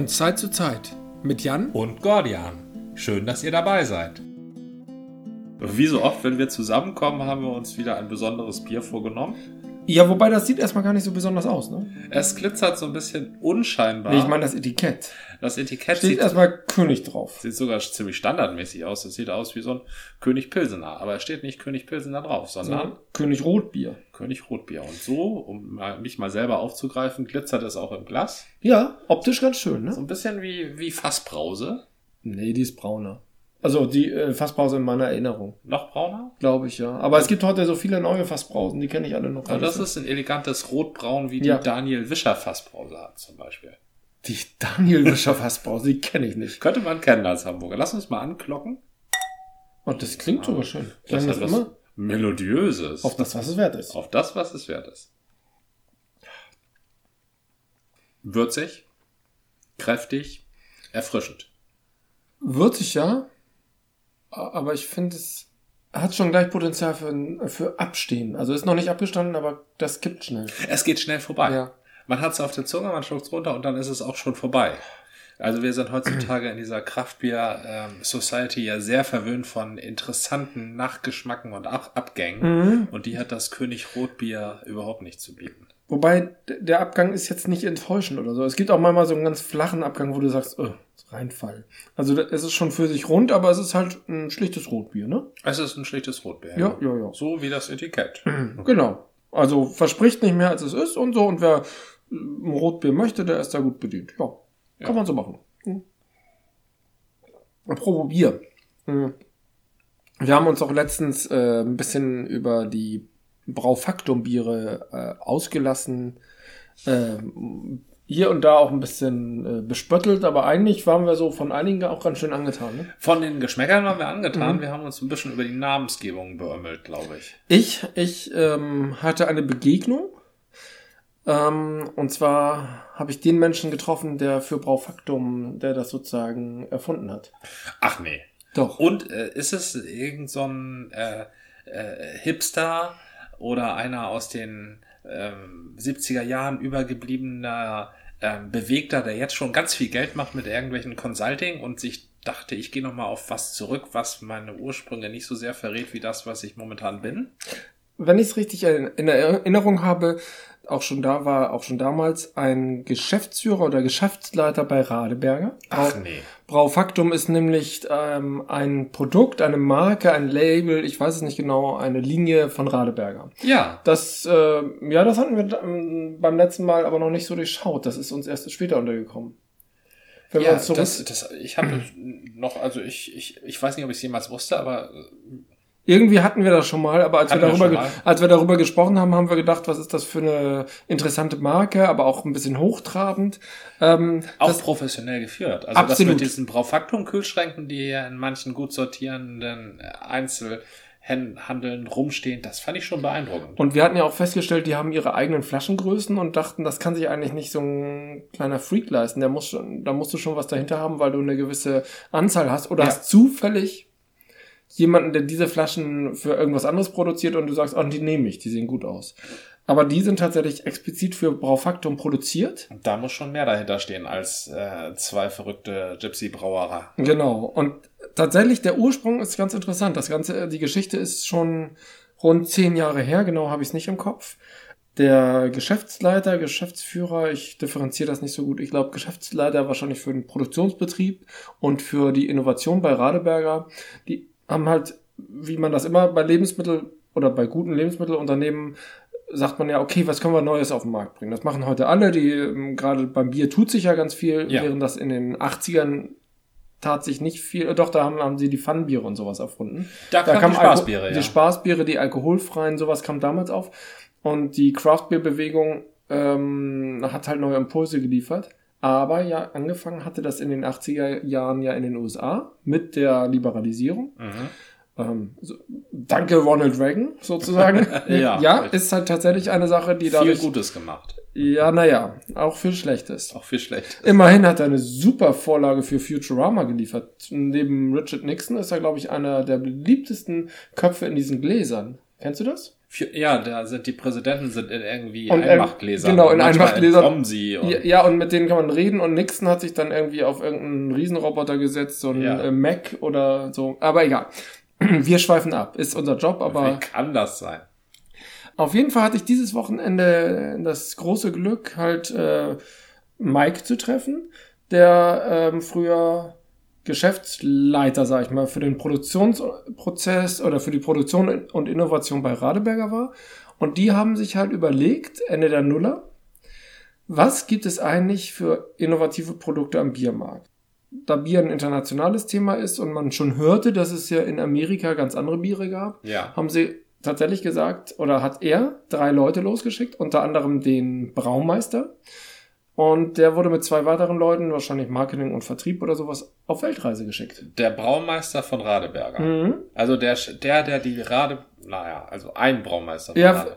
Zeit zu Zeit mit Jan und Gordian. Schön, dass ihr dabei seid. Wie so oft, wenn wir zusammenkommen, haben wir uns wieder ein besonderes Bier vorgenommen. Ja, wobei das sieht erstmal gar nicht so besonders aus, ne? Es glitzert so ein bisschen unscheinbar. Nee, ich meine das Etikett. Das Etikett steht erstmal König drauf. Sieht sogar ziemlich standardmäßig aus. Das sieht aus wie so ein König Pilsener. Aber es steht nicht König Pilsener drauf, sondern König Rotbier. König Rotbier. Und so, um mich mal selber aufzugreifen, glitzert es auch im Glas. Ja, optisch ganz schön, ne? So ein bisschen wie Fassbrause. Nee, die ist brauner. Also die Fassbrause in meiner Erinnerung. Noch brauner? Glaube ich, ja. Aber es gibt heute so viele neue Fassbrausen, die kenne ich alle noch. Aber das ist ein elegantes Rotbraun, wie die Daniel Wischer Fassbrause hat zum Beispiel. Die Daniel Wischer Fassbrause, die kenne ich nicht. Könnte man kennen als Hamburger. Lass uns mal anklocken. Und das klingt sogar schön. Das hat was Melodiöses. Auf das, was es wert ist. Auf das, was es wert ist. Würzig, kräftig, erfrischend. Würzig, ja. Aber ich finde, es hat schon gleich Potenzial für Abstehen. Also ist noch nicht abgestanden, aber das kippt schnell. Es geht schnell vorbei. Ja. Man hat es auf der Zunge, man schluckt es runter und dann ist es auch schon vorbei. Also wir sind heutzutage in dieser Craft-Beer-Society ja sehr verwöhnt von interessanten Nachgeschmacken und Abgängen. Mhm. Und die hat das König Rotbier überhaupt nicht zu bieten. Wobei, der Abgang ist jetzt nicht enttäuschend oder so. Es gibt auch manchmal so einen ganz flachen Abgang, wo du sagst, Reinfall. Also es ist schon für sich rund, aber es ist halt ein schlichtes Rotbier, ne? Es ist ein schlichtes Rotbier. Ja. So wie das Etikett. Genau. Also verspricht nicht mehr, als es ist und so. Und wer ein Rotbier möchte, der ist da gut bedient. Ja, kann man so machen. Apropos Bier. Wir haben uns auch letztens ein bisschen über die Braufaktum-Biere ausgelassen. Hier und da auch ein bisschen bespöttelt, aber eigentlich waren wir so von einigen auch ganz schön angetan. Ne? Von den Geschmäckern waren wir angetan. Wir haben uns ein bisschen über die Namensgebung beömmelt, glaube ich. Ich hatte eine Begegnung. Und zwar habe ich den Menschen getroffen, der für Braufaktum, der das sozusagen erfunden hat. Ach nee. Doch. Und ist es irgend so ein Hipster oder einer aus den 70er Jahren übergebliebener Bewegter, der jetzt schon ganz viel Geld macht mit irgendwelchen Consulting und sich dachte, ich gehe nochmal auf was zurück, was meine Ursprünge nicht so sehr verrät wie das, was ich momentan bin? Wenn ich es richtig in Erinnerung habe, auch schon damals ein Geschäftsführer oder Geschäftsleiter bei Radeberger. Ach nee. Braufaktum ist nämlich ein Produkt, eine Marke, ein Label, ich weiß es nicht genau, eine Linie von Radeberger. Ja. Das hatten wir beim letzten Mal aber noch nicht so durchschaut. Das ist uns erst später untergekommen. Wenn wir uns ich habe noch, also ich weiß nicht, ob ich es jemals wusste, aber irgendwie hatten wir das schon mal, aber als wir darüber gesprochen haben, haben wir gedacht, was ist das für eine interessante Marke, aber auch ein bisschen hochtrabend. Auch professionell geführt. Also absolut. Das mit diesen Braufaktum-Kühlschränken, die hier in manchen gut sortierenden Einzelhandeln rumstehen, das fand ich schon beeindruckend. Und wir hatten ja auch festgestellt, die haben ihre eigenen Flaschengrößen und dachten, das kann sich eigentlich nicht so ein kleiner Freak leisten. Da musst du schon was dahinter haben, weil du eine gewisse Anzahl hast oder hast zufällig jemanden, der diese Flaschen für irgendwas anderes produziert und du sagst, die nehme ich, die sehen gut aus. Aber die sind tatsächlich explizit für Braufaktum produziert. Und da muss schon mehr dahinter stehen als zwei verrückte Gypsy-Brauerer. Genau. Und tatsächlich, der Ursprung ist ganz interessant. Die Geschichte ist schon rund 10 Jahre her, genau habe ich es nicht im Kopf. Der Geschäftsführer, ich differenziere das nicht so gut, ich glaube Geschäftsleiter wahrscheinlich für den Produktionsbetrieb und für die Innovation bei Radeberger, die haben halt, wie man das immer bei Lebensmittel oder bei guten Lebensmittelunternehmen sagt man ja, okay, was können wir Neues auf den Markt bringen? Das machen heute alle, gerade beim Bier tut sich ja ganz viel, während das in den 80ern tat sich nicht viel, doch, da haben sie die Pfannenbiere und sowas erfunden. Da kam die Spaßbiere, Die Spaßbiere, die alkoholfreien, sowas kam damals auf und die Craft-Bier-Bewegung hat halt neue Impulse geliefert. Aber ja, angefangen hatte das in den 80er Jahren ja in den USA mit der Liberalisierung. Danke Ronald Reagan sozusagen. ja, ist halt tatsächlich eine Sache, die da viel Gutes gemacht. Ja, auch viel Schlechtes. Auch viel Schlechtes. Immerhin hat er eine super Vorlage für Futurama geliefert. Neben Richard Nixon ist er, glaube ich, einer der beliebtesten Köpfe in diesen Gläsern. Kennst du das? Da sind die Präsidenten sind in irgendwie Und, Einmachgläsern. genau, in Einmachgläsern. Und Ja, und mit denen kann man reden und Nixon hat sich dann irgendwie auf irgendeinen Riesenroboter gesetzt, so ein Mac oder so. Aber egal. Wir schweifen ab. Ist unser Job, aber... Wie kann das sein? Auf jeden Fall hatte ich dieses Wochenende das große Glück, halt Mike zu treffen, der früher Geschäftsleiter, sag ich mal, für den Produktionsprozess oder für die Produktion und Innovation bei Radeberger war. Und die haben sich halt überlegt, Ende der Nuller, was gibt es eigentlich für innovative Produkte am Biermarkt? Da Bier ein internationales Thema ist und man schon hörte, dass es ja in Amerika ganz andere Biere gab, haben sie tatsächlich gesagt, oder hat er 3 Leute losgeschickt, unter anderem den Braumeister. Und der wurde mit 2 weiteren Leuten, wahrscheinlich Marketing und Vertrieb oder sowas, auf Weltreise geschickt. Der Braumeister von Radeberger. Mhm. Also der die also ein Braumeister von Radeberger.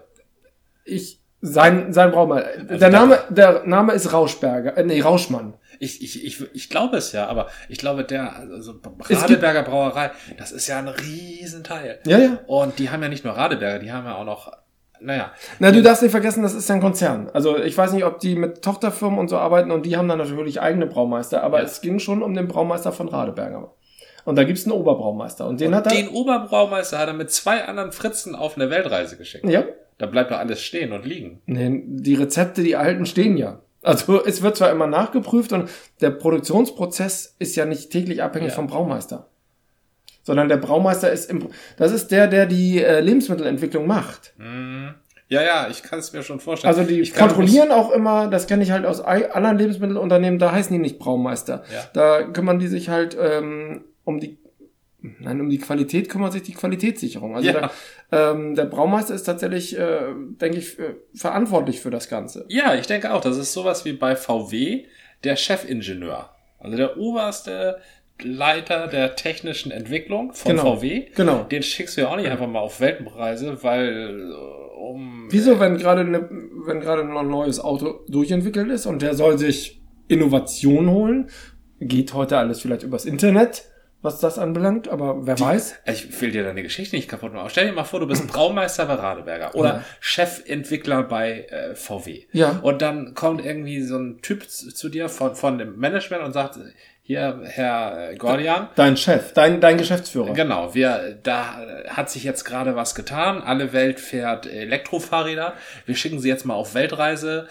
Sein Braumeister. Also der Name ist Rauschmann. Ich glaube es ja, aber ich glaube, Radeberger Brauerei, das ist ja ein Riesenteil. Ja. Und die haben ja nicht nur Radeberger, die haben ja auch noch, du darfst nicht vergessen, das ist ja ein Konzern. Also ich weiß nicht, ob die mit Tochterfirmen und so arbeiten und die haben dann natürlich eigene Braumeister, aber es ging schon um den Braumeister von Radeberger. Und da gibt's einen Oberbraumeister. Und den Oberbraumeister hat er mit 2 anderen Fritzen auf eine Weltreise geschickt. Ja. Da bleibt doch alles stehen und liegen. Nee, die Rezepte, die alten, stehen ja. Also es wird zwar immer nachgeprüft und der Produktionsprozess ist ja nicht täglich abhängig vom Braumeister. Sondern der Braumeister das ist der die Lebensmittelentwicklung macht. Ja, ich kann es mir schon vorstellen. Also die kontrollieren auch immer, das kenne ich halt aus anderen Lebensmittelunternehmen, da heißen die nicht Braumeister. Ja. Da kümmern die sich halt um die Qualität kümmert sich die Qualitätssicherung. Also der Braumeister ist tatsächlich, denke ich, verantwortlich für das Ganze. Ja, ich denke auch. Das ist sowas wie bei VW der Chefingenieur. Also der oberste Leiter der technischen Entwicklung von VW. Genau. Den schickst du ja auch nicht einfach mal auf Weltpreise, weil Wieso, wenn gerade noch ein neues Auto durchentwickelt ist und der soll sich Innovation holen, geht heute alles vielleicht übers Internet, was das anbelangt, aber wer weiß. Ich will dir deine Geschichte nicht kaputt machen. Stell dir mal vor, du bist Braumeister bei Radeberger oder Chefentwickler bei VW. Ja. Und dann kommt irgendwie so ein Typ zu dir von dem Management und sagt, hier, Herr Gordian. Dein Chef, dein Geschäftsführer. Genau, da hat sich jetzt gerade was getan. Alle Welt fährt Elektrofahrräder. Wir schicken sie jetzt mal auf Weltreise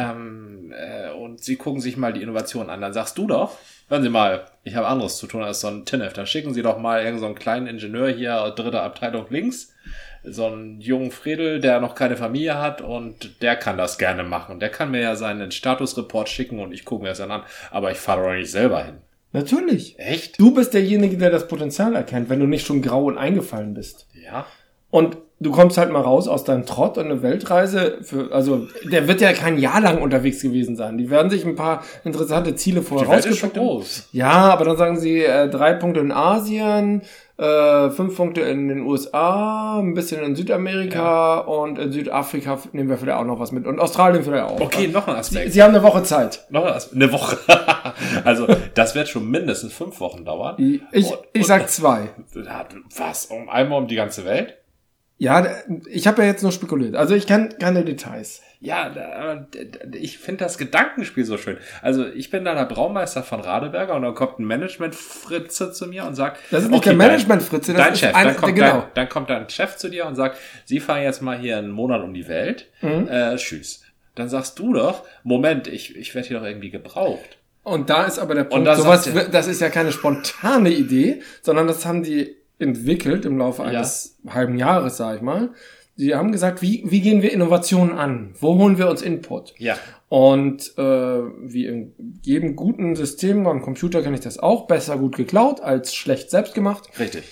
und sie gucken sich mal die Innovation an. Dann sagst du doch, hören Sie mal, ich habe anderes zu tun als so ein TINF. Dann schicken Sie doch mal irgend so einen kleinen Ingenieur hier, 3. Abteilung links. So einen jungen Fredel, der noch keine Familie hat und der kann das gerne machen. Der kann mir ja seinen Statusreport schicken und ich gucke mir das dann an. Aber ich fahre doch nicht selber hin. Natürlich. Echt? Du bist derjenige, der das Potenzial erkennt, wenn du nicht schon grau und eingefallen bist. Ja. Und du kommst halt mal raus aus deinem Trott und eine Weltreise also der wird ja kein Jahr lang unterwegs gewesen sein. Die werden sich ein paar interessante Ziele vorher rausgepickt. Ja, aber dann sagen sie 3 Punkte in Asien, 5 Punkte in den USA, ein bisschen in Südamerika und in Südafrika nehmen wir vielleicht auch noch was mit. Und Australien vielleicht auch. Okay, noch ein Aspekt. Sie haben eine Woche Zeit. Eine Woche. Also, das wird schon mindestens 5 Wochen dauern. Ich sag 2. Was? Einmal um die ganze Welt? Ja, ich habe ja jetzt nur spekuliert. Also ich kenne keine Details. Ja, ich finde das Gedankenspiel so schön. Also ich bin da der Braumeister von Radeberger und dann kommt ein Management-Fritze zu mir und sagt... Das ist nicht der Management-Fritze, das dein ist Chef. Genau. Dann kommt dein Chef zu dir und sagt, Sie fahren jetzt mal hier einen Monat um die Welt. Tschüss. Dann sagst du doch, Moment, ich werde hier doch irgendwie gebraucht. Und da ist aber der Punkt, das ist ja keine spontane Idee, sondern das haben die entwickelt im Laufe eines halben Jahres, sag ich mal. Die haben gesagt, wie gehen wir Innovationen an? Wo holen wir uns Input? Ja. Und wie in jedem guten System, am Computer kann ich das auch, besser gut geklaut als schlecht selbst gemacht. Richtig.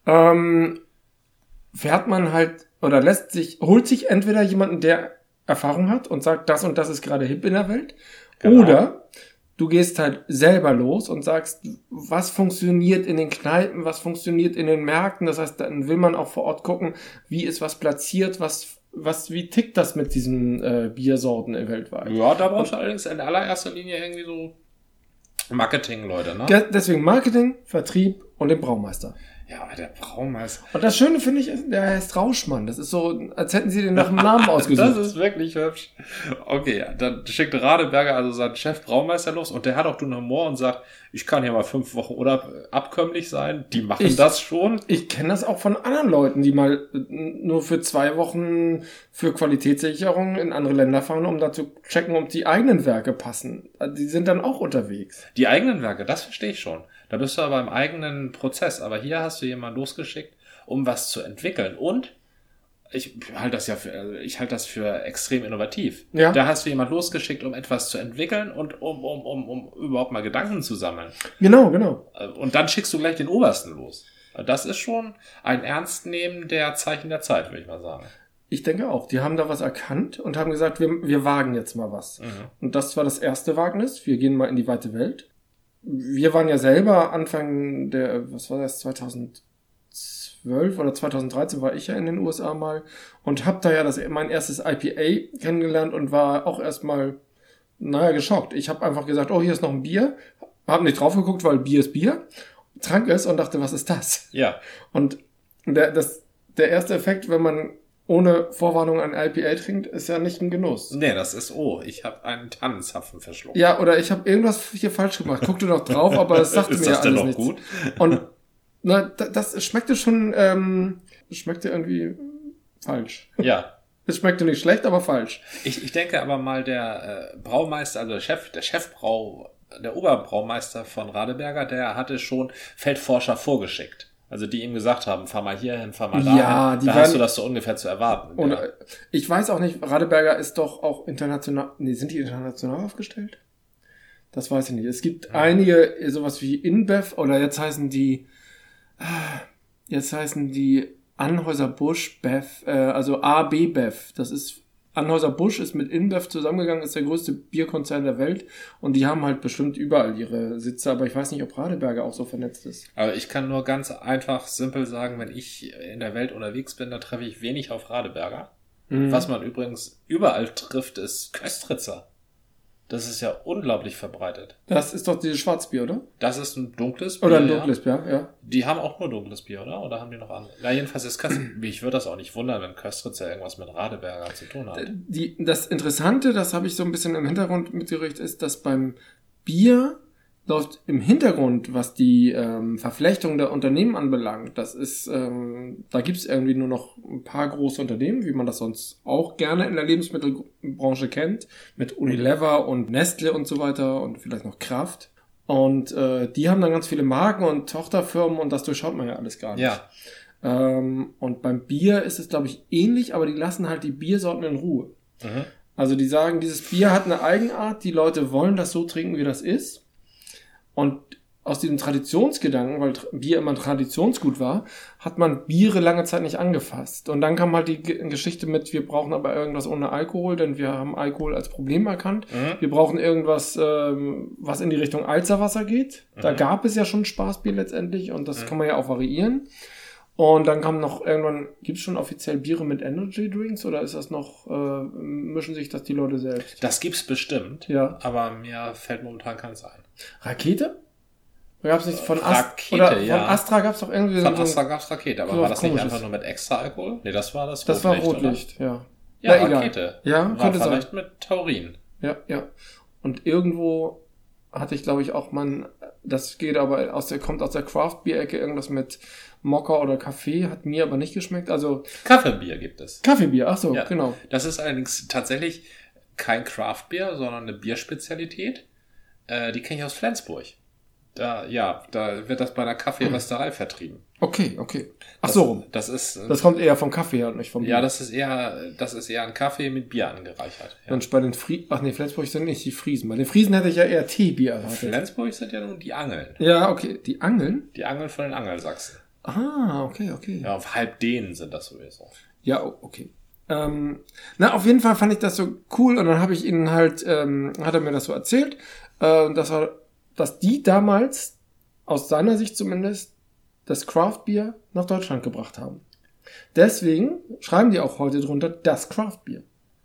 Fährt man halt oder holt sich entweder jemanden, der Erfahrung hat und sagt, das und das ist gerade hip in der Welt, oder du gehst halt selber los und sagst, was funktioniert in den Kneipen, was funktioniert in den Märkten. Das heißt, dann will man auch vor Ort gucken, wie ist was platziert, wie tickt das mit diesen Biersorten weltweit. Ja, da brauchst du allerdings in allererster Linie irgendwie so Marketing-Leute, ne? Deswegen Marketing, Vertrieb und den Braumeister. Ja, aber der Braumeister. Und das Schöne finde ich, der heißt Rauschmann. Das ist so, als hätten sie den nach dem Namen ausgesucht. Das ist wirklich hübsch. Okay, dann schickt Radeberger also seinen Chef Braumeister los und der hat auch den Humor und sagt, ich kann hier mal 5 Wochen oder abkömmlich sein. Die machen das schon. Ich kenne das auch von anderen Leuten, die mal nur für 2 Wochen für Qualitätssicherung in andere Länder fahren, um da zu checken, ob die eigenen Werke passen. Die sind dann auch unterwegs. Die eigenen Werke, das verstehe ich schon. Da bist du aber im eigenen Prozess. Aber hier hast du jemanden losgeschickt, um was zu entwickeln. Und ich halte das für extrem innovativ. Ja. Da hast du jemanden losgeschickt, um etwas zu entwickeln und um überhaupt mal Gedanken zu sammeln. Genau, genau. Und dann schickst du gleich den Obersten los. Das ist schon ein Ernstnehmen der Zeichen der Zeit, würde ich mal sagen. Ich denke auch. Die haben da was erkannt und haben gesagt, wir wagen jetzt mal was. Mhm. Und das war das erste Wagnis. Wir gehen mal in die weite Welt. Wir waren ja selber Anfang der, 2012 oder 2013 war ich ja in den USA mal und hab da ja mein erstes IPA kennengelernt und war auch erstmal, geschockt. Ich habe einfach gesagt, oh, hier ist noch ein Bier. Hab nicht drauf geguckt, weil Bier ist Bier. Trank es und dachte, was ist das? Ja. Und der erste Effekt, wenn man ohne Vorwarnung ein IPA trinkt, ist ja nicht ein Genuss. Nee, das ist, ich habe einen Tannenzapfen verschluckt. Ja, oder ich habe irgendwas hier falsch gemacht. Guckte noch drauf, aber es sagte mir ja alles nichts. Ist das denn noch gut? Und das schmeckte schon, schmeckte irgendwie falsch. Ja. Es schmeckte nicht schlecht, aber falsch. Ich denke aber mal, der Braumeister, also der Oberbraumeister von Radeberger, der hatte schon Feldforscher vorgeschickt. Also die ihm gesagt haben, fahr mal hier hin, fahr mal da ja, hin. Da hast du das so ungefähr zu erwarten. Und ich weiß auch nicht, Radeberger ist doch auch international, sind die international aufgestellt? Das weiß ich nicht. Es gibt einige, sowas wie InBev, oder jetzt heißen die Anheuser-Busch Bev, also AB Bev. Das ist, Anheuser-Busch ist mit InBev zusammengegangen, ist der größte Bierkonzern der Welt und die haben halt bestimmt überall ihre Sitze, aber ich weiß nicht, ob Radeberger auch so vernetzt ist. Aber ich kann nur ganz einfach, simpel sagen, wenn ich in der Welt unterwegs bin, da treffe ich wenig auf Radeberger. Mhm. Was man übrigens überall trifft, ist Köstritzer. Das ist ja unglaublich verbreitet. Das ist doch dieses Schwarzbier, oder? Das ist ein dunkles Bier. Oder ein dunkles Bier, ja. Die haben auch nur dunkles Bier, oder? Oder haben die noch andere? Na, jedenfalls ist Köstritzer. Mich würde das auch nicht wundern, wenn Köstritzer irgendwas mit Radeberger zu tun hat. Das Interessante, das habe ich so ein bisschen im Hintergrund mitgekriegt, ist, dass beim Bier läuft im Hintergrund, was die Verflechtung der Unternehmen anbelangt. Das ist, da gibt es irgendwie nur noch ein paar große Unternehmen, wie man das sonst auch gerne in der Lebensmittelbranche kennt, mit Unilever und Nestle und so weiter und vielleicht noch Kraft. Und die haben dann ganz viele Marken und Tochterfirmen und das durchschaut man ja alles gar nicht. Ja. Und beim Bier ist es, glaube ich, ähnlich, aber die lassen halt die Biersorten in Ruhe. Mhm. Also die sagen, dieses Bier hat eine Eigenart, die Leute wollen das so trinken, wie das ist. Und aus diesem Traditionsgedanken, weil Bier immer ein Traditionsgut war, hat man Biere lange Zeit nicht angefasst. Und dann kam halt die Geschichte mit, wir brauchen aber irgendwas ohne Alkohol, denn wir haben Alkohol als Problem erkannt. Mhm. Wir brauchen irgendwas, was in die Richtung Alzerwasser geht. Da gab es ja schon Spaßbier letztendlich und das kann man ja auch variieren. Und dann kam noch irgendwann, gibt's schon offiziell Biere mit Energy Drinks oder ist das noch, mischen sich das die Leute selbst? Das gibt's bestimmt, ja. Aber mir fällt momentan keins ein. Rakete? Gab's nicht von Rakete, oder ja. Von Astra gab's doch irgendwie von Astra gab's Rakete, aber so war das nicht Komisches. einfach nur mit extra Alkohol? Nee, das war das Rotlicht. Das war Rotlicht, oder? Ja. Ja, Na, Rakete. Egal. Ja, war vielleicht sein. Mit Taurin. Ja. Und irgendwo hatte ich, glaube ich, auch das geht aber kommt aus der Craft-Bier-Ecke, irgendwas mit Mokka oder Kaffee, hat mir aber nicht geschmeckt. Also Kaffeebier gibt es. Kaffeebier, ach so, ja. Genau. Das ist allerdings tatsächlich kein Craft-Bier, sondern eine Bierspezialität. Die kenne ich aus Flensburg. Da wird das bei einer Kaffeerösterei vertrieben. Okay. Ach so rum. Das kommt eher vom Kaffee her und nicht vom Bier. Ja, das ist eher ein Kaffee mit Bier angereichert. Ja. Und bei den Flensburg sind nicht die Friesen. Bei den Friesen hätte ich ja eher Teebier erwartet. Flensburg sind ja nun die Angeln. Ja, okay. Die Angeln? Die Angeln von den Angelsachsen. Ah, okay. Ja, auf halb denen sind das sowieso. Ja, okay. Auf jeden Fall fand ich das so cool und dann habe ich ihnen halt, hat er mir das so erzählt, dass die damals, aus seiner Sicht zumindest, das Craft-Bier nach Deutschland gebracht haben. Deswegen schreiben die auch heute drunter das Craft-Bier.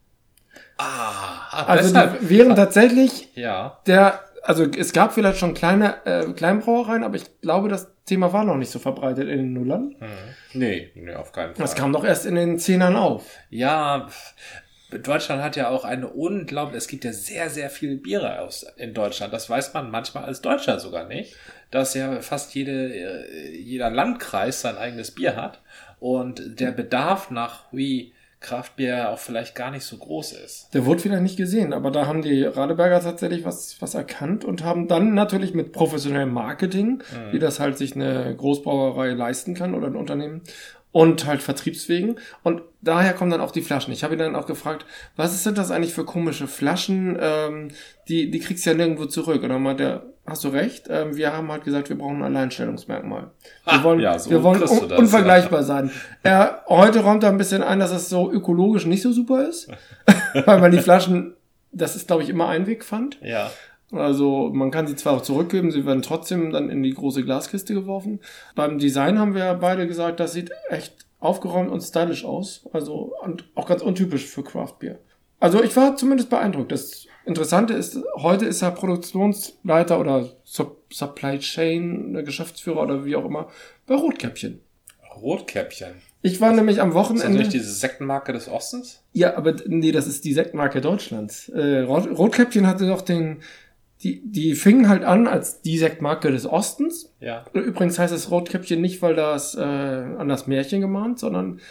Also die wären tatsächlich ja. also es gab vielleicht schon kleine Kleinbrauereien, aber ich glaube, dass Thema war noch nicht so verbreitet in den Nullern. Nee, auf keinen Fall. Das kam doch erst in den 10ern auf. Ja, Deutschland hat ja auch es gibt ja sehr, sehr viele Biere in Deutschland. Das weiß man manchmal als Deutscher sogar nicht, dass ja fast jeder Landkreis sein eigenes Bier hat und der Bedarf nach Kraftbier auch vielleicht gar nicht so groß ist. Der wurde wieder nicht gesehen, aber da haben die Radeberger tatsächlich was erkannt und haben dann natürlich mit professionellem Marketing, wie das halt sich eine Großbrauerei leisten kann oder ein Unternehmen, und halt Vertriebswegen. Und daher kommen dann auch die Flaschen. Ich habe ihn dann auch gefragt, was sind das eigentlich für komische Flaschen? Die kriegst du ja nirgendwo zurück. Und dann meint er, hast du recht, wir haben halt gesagt, wir brauchen ein Alleinstellungsmerkmal. Wir wollen unvergleichbar sein. Heute räumt er ein bisschen ein, dass es so ökologisch nicht so super ist, weil man die Flaschen, das ist, glaube ich, immer Einwegpfand. Ja. Also man kann sie zwar auch zurückgeben, sie werden trotzdem dann in die große Glaskiste geworfen. Beim Design haben wir beide gesagt, das sieht echt aufgeräumt und stylisch aus. Also und auch ganz untypisch für Craft Beer. Also ich war zumindest beeindruckt. Das Interessante ist, heute ist er Produktionsleiter oder Supply Chain Geschäftsführer oder wie auch immer bei Rotkäppchen. Rotkäppchen? Ich war nämlich am Wochenende... Ist das nicht diese Sektenmarke des Ostens? Ja, aber nee, das ist die Sektmarke Deutschlands. Rotkäppchen hatte doch die fingen halt an als die Sektmarke des Ostens. Ja. Übrigens heißt es Rotkäppchen nicht, weil das an das Märchen gemahnt, sondern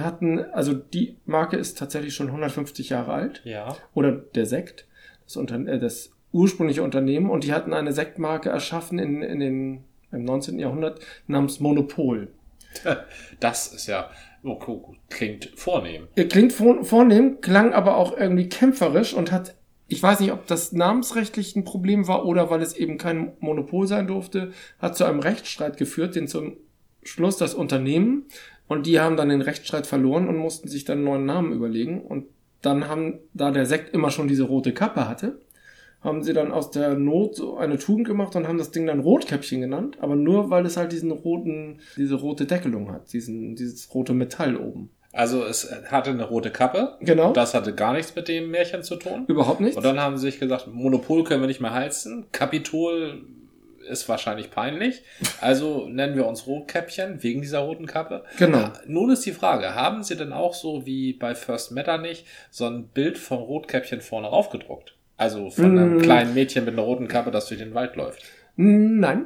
die Marke ist tatsächlich schon 150 Jahre alt. Ja. Oder der Sekt, das ursprüngliche Unternehmen. Und die hatten eine Sektmarke erschaffen im 19. Jahrhundert namens Monopol. Das ist ja, klingt vornehm. Klingt vornehm, klang aber auch irgendwie kämpferisch und hat, ich weiß nicht, ob das namensrechtlich ein Problem war oder weil es eben kein Monopol sein durfte, hat zu einem Rechtsstreit geführt, den zum Schluss das Unternehmen, und die haben dann den Rechtsstreit verloren und mussten sich dann einen neuen Namen überlegen. Und dann da der Sekt immer schon diese rote Kappe hatte, haben sie dann aus der Not so eine Tugend gemacht und haben das Ding dann Rotkäppchen genannt, aber nur, weil es halt diese rote Deckelung hat, dieses rote Metall oben. Also es hatte eine rote Kappe. Genau. Das hatte gar nichts mit dem Märchen zu tun. Überhaupt nichts. Und dann haben sie sich gesagt, Monopol können wir nicht mehr heizen. Kapitol ist wahrscheinlich peinlich. Also nennen wir uns Rotkäppchen wegen dieser roten Kappe. Genau. Nun ist die Frage, haben sie denn auch so wie bei First Metternich so ein Bild vom Rotkäppchen vorne raufgedruckt? Also von einem kleinen Mädchen mit einer roten Kappe, das durch den Wald läuft. Nein.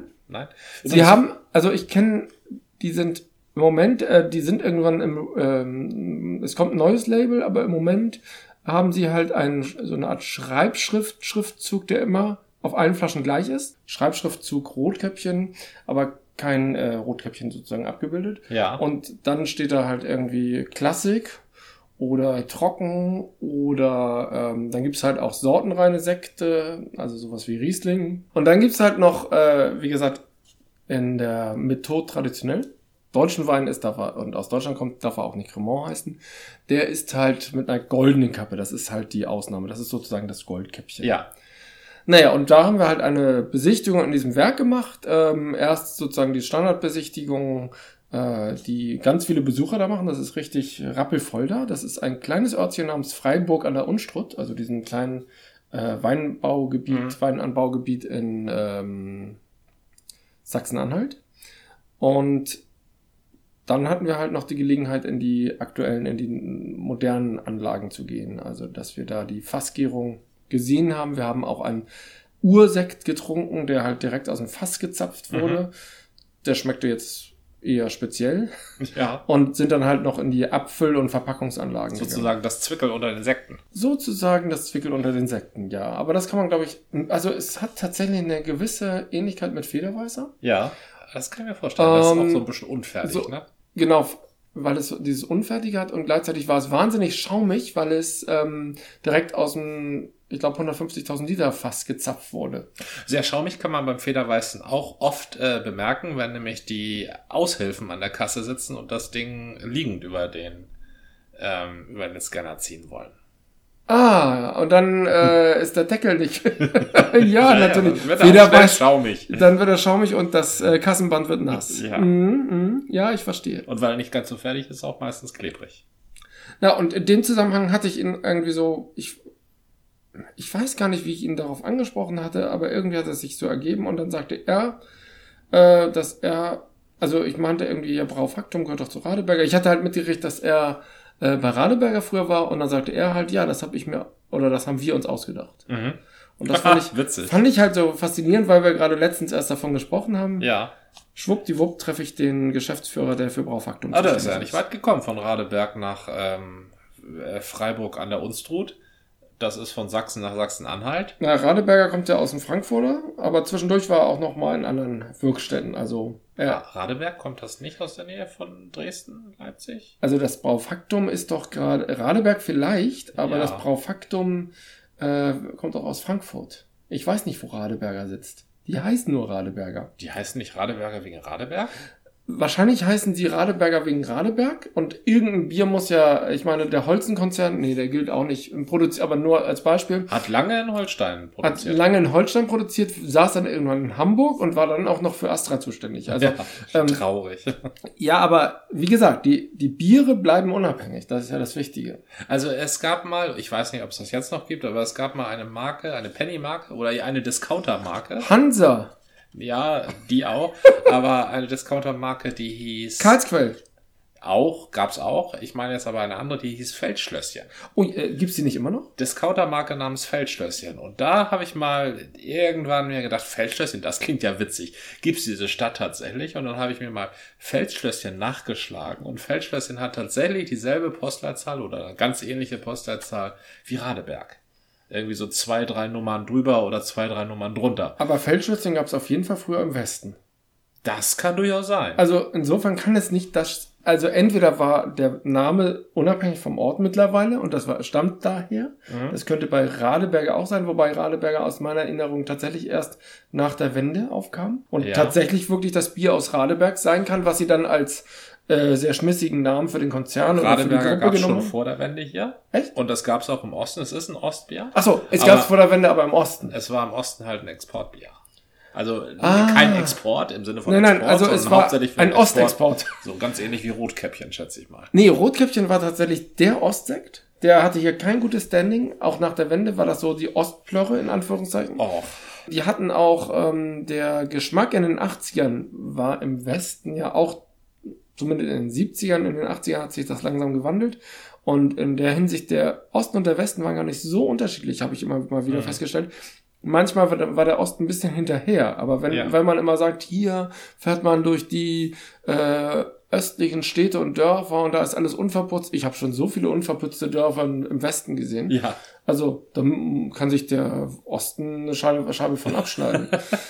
Die sind im Moment, die sind irgendwann es kommt ein neues Label, aber im Moment haben sie halt so eine Art Schriftzug, der immer auf allen Flaschen gleich ist. Schreibschriftzug Rotkäppchen, aber kein Rotkäppchen sozusagen abgebildet. Ja. Und dann steht da halt irgendwie Klassik oder trocken oder dann gibt's halt auch sortenreine Sekte, also sowas wie Riesling. Und dann gibt's halt noch, wie gesagt, in der Methode traditionell. Deutschen Wein und aus Deutschland kommt, darf er auch nicht Cremant heißen. Der ist halt mit einer goldenen Kappe. Das ist halt die Ausnahme. Das ist sozusagen das Goldkäppchen. Ja. Naja, und da haben wir halt eine Besichtigung in diesem Werk gemacht. Erst sozusagen die Standardbesichtigung, die ganz viele Besucher da machen. Das ist richtig rappelvoll da. Das ist ein kleines Örtchen namens Freiburg an der Unstrut, also diesen kleinen Weinanbaugebiet in Sachsen-Anhalt. Und dann hatten wir halt noch die Gelegenheit, in die modernen Anlagen zu gehen. Also, dass wir da die Fassgärung gesehen haben. Wir haben auch einen Ursekt getrunken, der halt direkt aus dem Fass gezapft wurde. Der schmeckte jetzt eher speziell. Ja. Und sind dann halt noch in die Abfüll- und Verpackungsanlagen sozusagen gegangen. Das Zwickel unter den Sekten. Sozusagen das Zwickel unter den Sekten, ja. Aber das kann man, glaube ich, also es hat tatsächlich eine gewisse Ähnlichkeit mit Federweißer. Ja, das kann ich mir vorstellen. Das ist auch so ein bisschen unfertig, ne? Genau, weil es dieses Unfertige hat und gleichzeitig war es wahnsinnig schaumig, weil es direkt aus dem, ich glaube, 150.000 Liter Fass gezapft wurde. Sehr schaumig kann man beim Federweißen auch oft bemerken, wenn nämlich die Aushilfen an der Kasse sitzen und das Ding liegend über den Scanner ziehen wollen. Ah, und dann ist der Deckel nicht. Ja, natürlich. Dann wird er schaumig. Dann wird er schaumig und das Kassenband wird nass. Ja. Ja, ich verstehe. Und weil er nicht ganz so fertig ist, auch meistens klebrig. Ja, und in dem Zusammenhang hatte ich ihn irgendwie so, ich weiß gar nicht, wie ich ihn darauf angesprochen hatte, aber irgendwie hat es sich so ergeben und dann sagte er, dass er, also ich meinte irgendwie, ja, Braufaktum gehört doch zu Radeberger. Ich hatte halt mitgekriegt, dass er bei Radeberger früher war und dann sagte er halt, ja, das haben wir uns ausgedacht. Mhm. Und das Witzig. fand ich halt so faszinierend, weil wir gerade letztens erst davon gesprochen haben. Ja. Schwuppdiwupp treffe ich den Geschäftsführer, der für Braufaktum Ah, das ist ja nicht weit gekommen von Radeberg nach Freiburg an der Unstrut. Das ist von Sachsen nach Sachsen-Anhalt. Na, Radeberger kommt ja aus dem Frankfurter, aber zwischendurch war er auch noch mal in anderen Wirkstätten. Also Radeberg, kommt das nicht aus der Nähe von Dresden, Leipzig? Also das Braufaktum ist doch gerade Radeberg vielleicht, aber Ja. das Braufaktum kommt auch aus Frankfurt. Ich weiß nicht, wo Radeberger sitzt. Die heißen nur Radeberger. Die heißen nicht Radeberger wegen Radeberg? Wahrscheinlich heißen sie Radeberger wegen Radeberg und irgendein Bier muss ja, ich meine, der Holzenkonzern, nee, der gilt auch nicht, aber nur als Beispiel. Hat lange in Holstein produziert. Hat lange in Holstein produziert, saß dann irgendwann in Hamburg und war dann auch noch für Astra zuständig. Also, traurig. Ja, aber wie gesagt, die Biere bleiben unabhängig, das ist ja das Wichtige. Also es gab mal, ich weiß nicht, ob es das jetzt noch gibt, aber es gab mal eine Marke, eine Penny-Marke oder eine Discounter-Marke. Hansa. Ja, die auch, aber eine Discounter-Marke, die hieß... Karlsquell. Gab's auch. Ich meine jetzt aber eine andere, die hieß Feldschlösschen. Oh, gibt's die nicht immer noch? Discounter-Marke namens Feldschlösschen. Und da habe ich mal irgendwann mir gedacht, Feldschlösschen, das klingt ja witzig. Gibt's diese Stadt tatsächlich? Und dann habe ich mir mal Feldschlösschen nachgeschlagen. Und Feldschlösschen hat tatsächlich dieselbe Postleitzahl oder eine ganz ähnliche Postleitzahl wie Radeberg. Irgendwie so 2, 3 Nummern drüber oder 2, 3 Nummern drunter. Aber Feldschlösschen gab's auf jeden Fall früher im Westen. Das kann durchaus sein. Also insofern kann es nicht also entweder war der Name unabhängig vom Ort mittlerweile und stammt daher. Mhm. Das könnte bei Radeberger auch sein, wobei Radeberger aus meiner Erinnerung tatsächlich erst nach der Wende aufkam. Und tatsächlich wirklich das Bier aus Radeberg sein kann, was sie dann als sehr schmissigen Namen für den Konzern oder für die Gruppe gab's genommen schon vor der Wende hier. Echt? Und das gab's auch im Osten. Es ist ein Ostbier. Achso, es gab's vor der Wende, aber im Osten. Es war im Osten halt ein Exportbier. Also kein Export im Sinne von Nein, Export, also es war hauptsächlich für ein Ostexport. So ganz ähnlich wie Rotkäppchen, schätze ich mal. Nee, Rotkäppchen war tatsächlich der Ostsekt. Der hatte hier kein gutes Standing. Auch nach der Wende war das so die Ostplörre in Anführungszeichen. Oh. Die hatten auch, der Geschmack in den 80ern war im Westen ja auch, zumindest in den 70ern, in den 80ern hat sich das langsam gewandelt. Und in der Hinsicht, der Osten und der Westen waren gar nicht so unterschiedlich, habe ich immer mal wieder festgestellt. Manchmal war der Osten ein bisschen hinterher, aber wenn man immer sagt, hier fährt man durch die östlichen Städte und Dörfer und da ist alles unverputzt. Ich habe schon so viele unverputzte Dörfer im Westen gesehen. Ja. Also da kann sich der Osten eine Scheibe von abschneiden.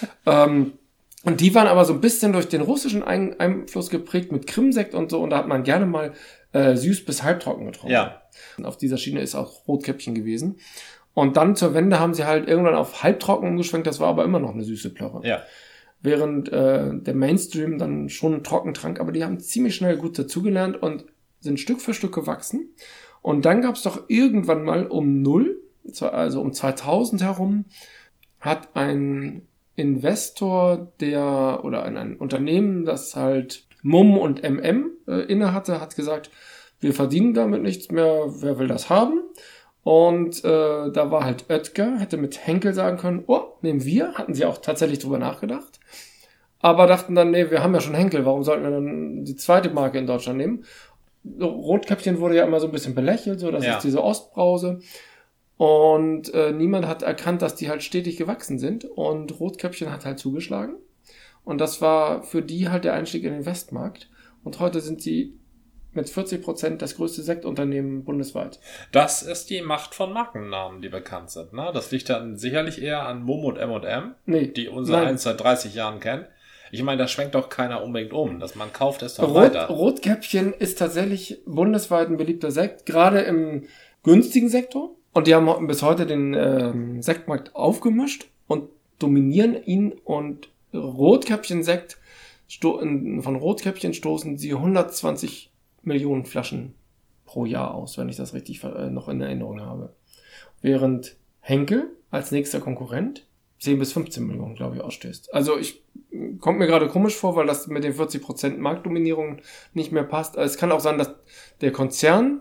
Und die waren aber so ein bisschen durch den russischen Einfluss geprägt mit Krimsekt und so und da hat man gerne mal süß bis halbtrocken getrunken. Ja. Und auf dieser Schiene ist auch Rotkäppchen gewesen. Und dann zur Wende haben sie halt irgendwann auf halbtrocken umgeschwenkt, das war aber immer noch eine süße Plörre. Ja. Während der Mainstream dann schon trocken trank, aber die haben ziemlich schnell gut dazugelernt und sind Stück für Stück gewachsen. Und dann gab es doch irgendwann mal also um 2000 herum, hat ein Investor, oder ein Unternehmen, das halt MUM und MM inne hatte, hat gesagt, wir verdienen damit nichts mehr, wer will das haben? Und da war halt Oetker, hätte mit Henkel sagen können, oh, nehmen wir, hatten sie auch tatsächlich drüber nachgedacht, aber dachten dann, nee, wir haben ja schon Henkel, warum sollten wir dann die zweite Marke in Deutschland nehmen? Rotkäppchen wurde ja immer so ein bisschen belächelt, so das ist diese Ostbrause und niemand hat erkannt, dass die halt stetig gewachsen sind und Rotkäppchen hat halt zugeschlagen und das war für die halt der Einstieg in den Westmarkt und heute sind sie mit 40% das größte Sektunternehmen bundesweit. Das ist die Macht von Markennamen, die bekannt sind. Ne? Das liegt dann sicherlich eher an MUM und M&M, die unser eins seit 30 Jahren kennt. Ich meine, da schwenkt doch keiner unbedingt um, dass man kauft es doch weiter. Rotkäppchen ist tatsächlich bundesweit ein beliebter Sekt, gerade im günstigen Sektor. Und die haben bis heute den Sektmarkt aufgemischt und dominieren ihn. Und Rotkäppchen-Sekt, von Rotkäppchen stoßen sie 120 Millionen Flaschen pro Jahr aus, wenn ich das richtig noch in Erinnerung habe. Während Henkel als nächster Konkurrent 10 bis 15 Millionen, glaube ich, ausstößt. Also kommt mir gerade komisch vor, weil das mit den 40% Marktdominierung nicht mehr passt. Also es kann auch sein, dass der Konzern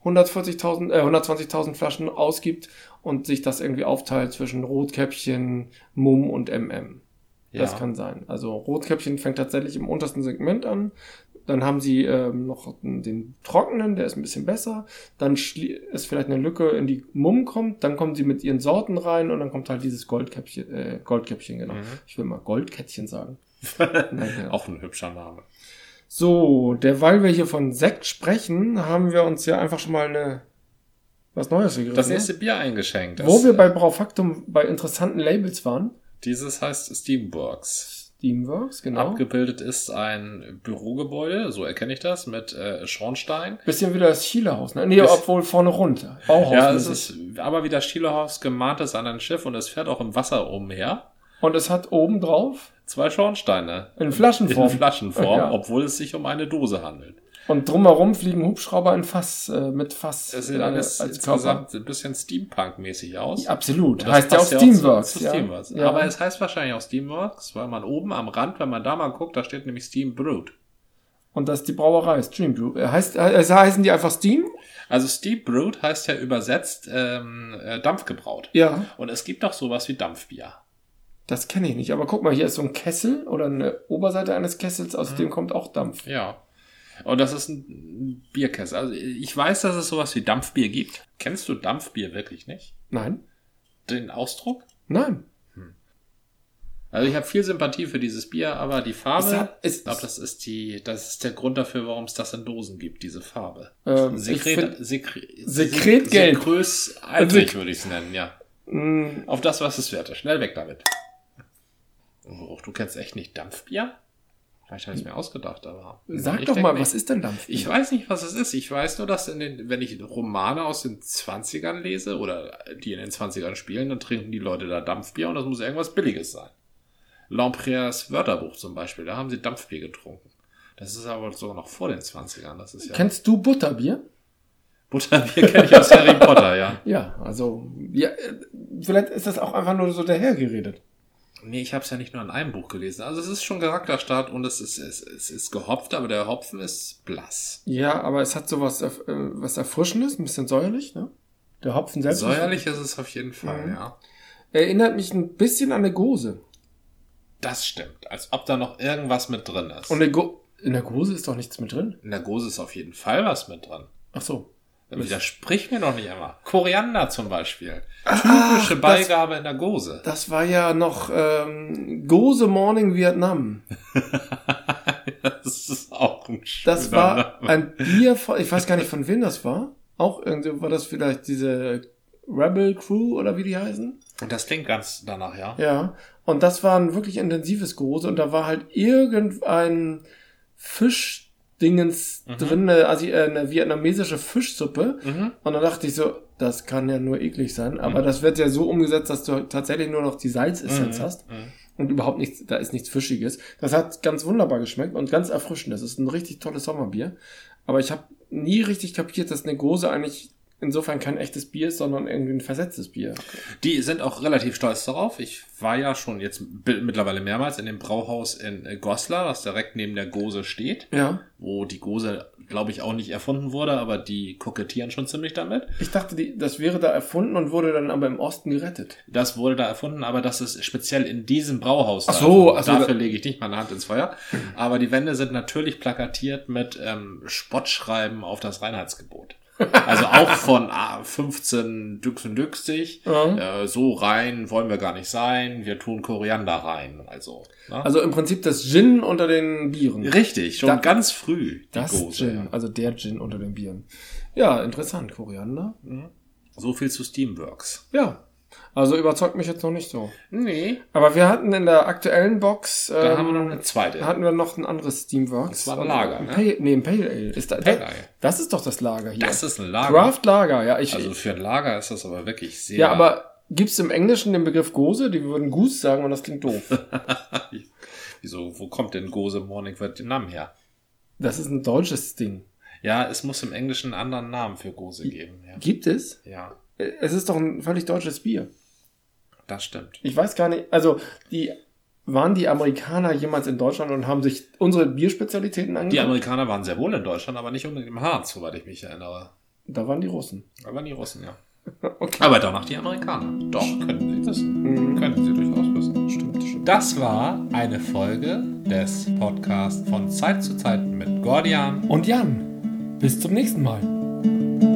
120.000 Flaschen ausgibt und sich das irgendwie aufteilt zwischen Rotkäppchen, MUM und MM. Das Ja. kann sein. Also Rotkäppchen fängt tatsächlich im untersten Segment an. Dann haben sie noch den trockenen, der ist ein bisschen besser. Dann ist vielleicht eine Lücke, in die Mumm kommt. Dann kommen sie mit ihren Sorten rein und dann kommt halt dieses Goldkäppchen, genau. Ich will mal Goldkätzchen sagen. Nein, genau. Auch ein hübscher Name. So, derweil wir hier von Sekt sprechen, haben wir uns ja einfach schon mal was Neues gegriffen. Das nächste Bier eingeschenkt. Wo wir bei Braufaktum bei interessanten Labels waren. Dieses heißt Steamworks. Steamworks, genau. Abgebildet ist ein Bürogebäude, so erkenne ich das, mit Schornstein. Bisschen wie das Schielehaus, ne? Nee, obwohl vorne rund. Bauhaus. Ja, es ist aber wie das Schielehaus gemahnt ist an ein Schiff und es fährt auch im Wasser umher. Und es hat oben drauf 2 Schornsteine. in Flaschenform. In Flaschenform, Ja. obwohl es sich um eine Dose handelt. Und drumherum fliegen Hubschrauber in Fass, mit Fass Es sieht alles als Körper. insgesamt ein bisschen Steampunk-mäßig aus. Absolut. Und das Heißt ja auch passt Steamworks. zu Steamworks. Ja. Aber es heißt wahrscheinlich auch Steamworks, weil man oben am Rand, wenn man da mal guckt, da steht nämlich Steam Brewed. Und das ist die Brauerei, Steam Brew. Heißen die einfach Steam? Also Steam Brewed heißt ja übersetzt Dampfgebraut. Ja. Und es gibt auch sowas wie Dampfbier. Das kenne ich nicht. Aber guck mal, hier ist so ein Kessel oder eine Oberseite eines Kessels, aus dem kommt auch Dampf. Ja. Und das ist ein Bierkessel. Also ich weiß, dass es sowas wie Dampfbier gibt. Kennst du Dampfbier wirklich nicht? Nein. Den Ausdruck? Nein. Also ich habe viel Sympathie für dieses Bier, aber die Farbe, Ist- ich glaube, das ist der Grund dafür, warum es das in Dosen gibt, diese Farbe. Sekretgelb. Sekrös altrig, Sek- würde ich es nennen, ja. Mm, Auf das, was es wert ist. Schnell weg damit. Oh, du kennst echt nicht Dampfbier? Vielleicht habe ich es mir ausgedacht, aber... Sag ich doch denk mal, nicht. was ist denn Dampf? Ich weiß nicht, was es ist. Ich weiß nur, dass wenn ich Romane aus den 20ern lese oder die in den 20ern spielen, dann trinken die Leute da Dampfbier und das muss irgendwas Billiges sein. Lampreas Wörterbuch zum Beispiel, da haben sie Dampfbier getrunken. Das ist aber sogar noch vor den 20ern. Das ist ja Kennst du Butterbier? Butterbier kenne ich aus Harry Potter, ja. Ja, also, ja, vielleicht ist das auch einfach nur so dahergeredet. Nee, ich habe es ja nicht nur in einem Buch gelesen. Also es ist schon charakterstark und es ist gehopft, aber der Hopfen ist blass. Ja, aber es hat sowas was Erfrischendes, ein bisschen säuerlich, ne? Der Hopfen selbst. Säuerlich ist es auf jeden Fall, Mhm. ja. Erinnert mich ein bisschen an eine Gose. Das stimmt. Als ob da noch irgendwas mit drin ist. Und in der Gose ist doch nichts mit drin. In der Gose ist auf jeden Fall was mit drin. Ach so. Widersprich mir doch nicht immer. Koriander zum Beispiel. Typische Beigabe in der Gose. Das war ja noch Gose Morning Vietnam. Das ist auch ein schöner Das war Name. ein Bier von, ich weiß gar nicht von wem das war. Auch irgendwie war das vielleicht diese Rebel Crew oder wie die heißen. Und das klingt ganz danach, ja. Ja. Und das war ein wirklich intensives Gose und da war halt irgendein Fischdingens drin, eine vietnamesische Fischsuppe. Und dann dachte ich so, das kann ja nur eklig sein. Aber das wird ja so umgesetzt, dass du tatsächlich nur noch die Salzessenz hast. Und überhaupt nichts, da ist nichts Fischiges. Das hat ganz wunderbar geschmeckt und ganz erfrischend. Das ist ein richtig tolles Sommerbier. Aber ich habe nie richtig kapiert, dass eine Gose eigentlich insofern kein echtes Bier ist, sondern irgendwie ein versetztes Bier. Die sind auch relativ stolz darauf. Ich war ja schon jetzt mittlerweile mehrmals in dem Brauhaus in Goslar, das direkt neben der Gose steht. Ja. Wo die Gose, glaube ich, auch nicht erfunden wurde, aber die kokettieren schon ziemlich damit. Ich dachte, das wäre da erfunden und wurde dann aber im Osten gerettet. Das wurde da erfunden, aber das ist speziell in diesem Brauhaus. Ach so, dafür lege ich nicht meine Hand ins Feuer. Aber die Wände sind natürlich plakatiert mit Spottschreiben auf das Reinheitsgebot. Also auch von 15 Düchsig. So rein wollen wir gar nicht sein. Wir tun Koriander rein. Also, ne? Also im Prinzip das Gin unter den Bieren. Richtig, schon ganz früh. Die Das Gose, Gin, ja. also der Gin unter den Bieren. Ja, interessant, Koriander. So viel zu Steamworks. Ja, also überzeugt mich jetzt noch nicht so. Nee. Aber wir hatten in der aktuellen Box Da haben wir noch eine zweite. hatten wir noch ein anderes Steamworks. Das war ein Lager, ne? Ein Pale Ale. Pale Ale. Das ist doch das Lager hier. Das ist ein Lager. Craft Lager, ja. Also für ein Lager ist das aber wirklich sehr... ja, aber gibt's im Englischen den Begriff Gose? Die würden Goose sagen und das klingt doof. Wieso, wo kommt denn Gose Morning Vietnam her? Das ist ein deutsches Ding. Ja, es muss im Englischen einen anderen Namen für Gose geben. Ja. Gibt es? Ja, Es ist doch ein völlig deutsches Bier. das stimmt. Ich weiß gar nicht, also waren die Amerikaner jemals in Deutschland und haben sich unsere Bierspezialitäten Die angeguckt? Amerikaner waren sehr wohl in Deutschland, aber nicht unbedingt im Harz, soweit ich mich erinnere. Da waren die Russen. Aber die Russen, ja. Okay. Aber danach die Amerikaner. Doch, könnten sie wissen. Könnten sie durchaus wissen. Stimmt. Das war eine Folge des Podcasts von Zeit zu Zeit mit Gordian und Jan. Bis zum nächsten Mal.